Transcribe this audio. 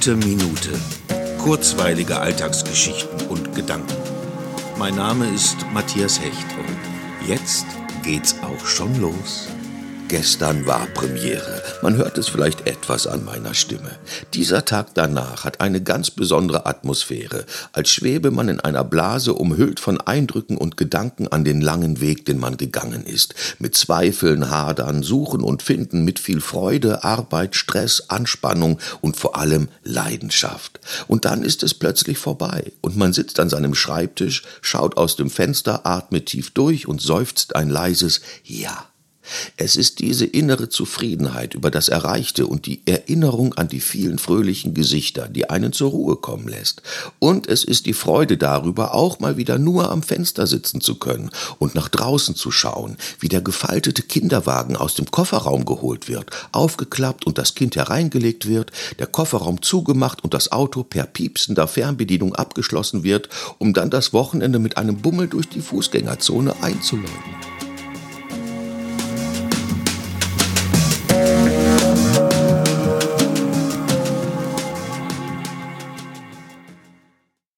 Gute Minute. Kurzweilige Alltagsgeschichten und Gedanken. Mein Name ist Matthias Hecht und jetzt geht's auch schon los. Gestern war Premiere. Man hört es vielleicht etwas an meiner Stimme. Dieser Tag danach hat eine ganz besondere Atmosphäre, als schwebe man in einer Blase umhüllt von Eindrücken und Gedanken an den langen Weg, den man gegangen ist. Mit Zweifeln, Hadern, Suchen und Finden, mit viel Freude, Arbeit, Stress, Anspannung und vor allem Leidenschaft. Und dann ist es plötzlich vorbei und man sitzt an seinem Schreibtisch, schaut aus dem Fenster, atmet tief durch und seufzt ein leises Ja. Es ist diese innere Zufriedenheit über das Erreichte und die Erinnerung an die vielen fröhlichen Gesichter, die einen zur Ruhe kommen lässt. Und es ist die Freude darüber, auch mal wieder nur am Fenster sitzen zu können und nach draußen zu schauen, wie der gefaltete Kinderwagen aus dem Kofferraum geholt wird, aufgeklappt und das Kind hereingelegt wird, der Kofferraum zugemacht und das Auto per piepsender Fernbedienung abgeschlossen wird, um dann das Wochenende mit einem Bummel durch die Fußgängerzone einzuläuten.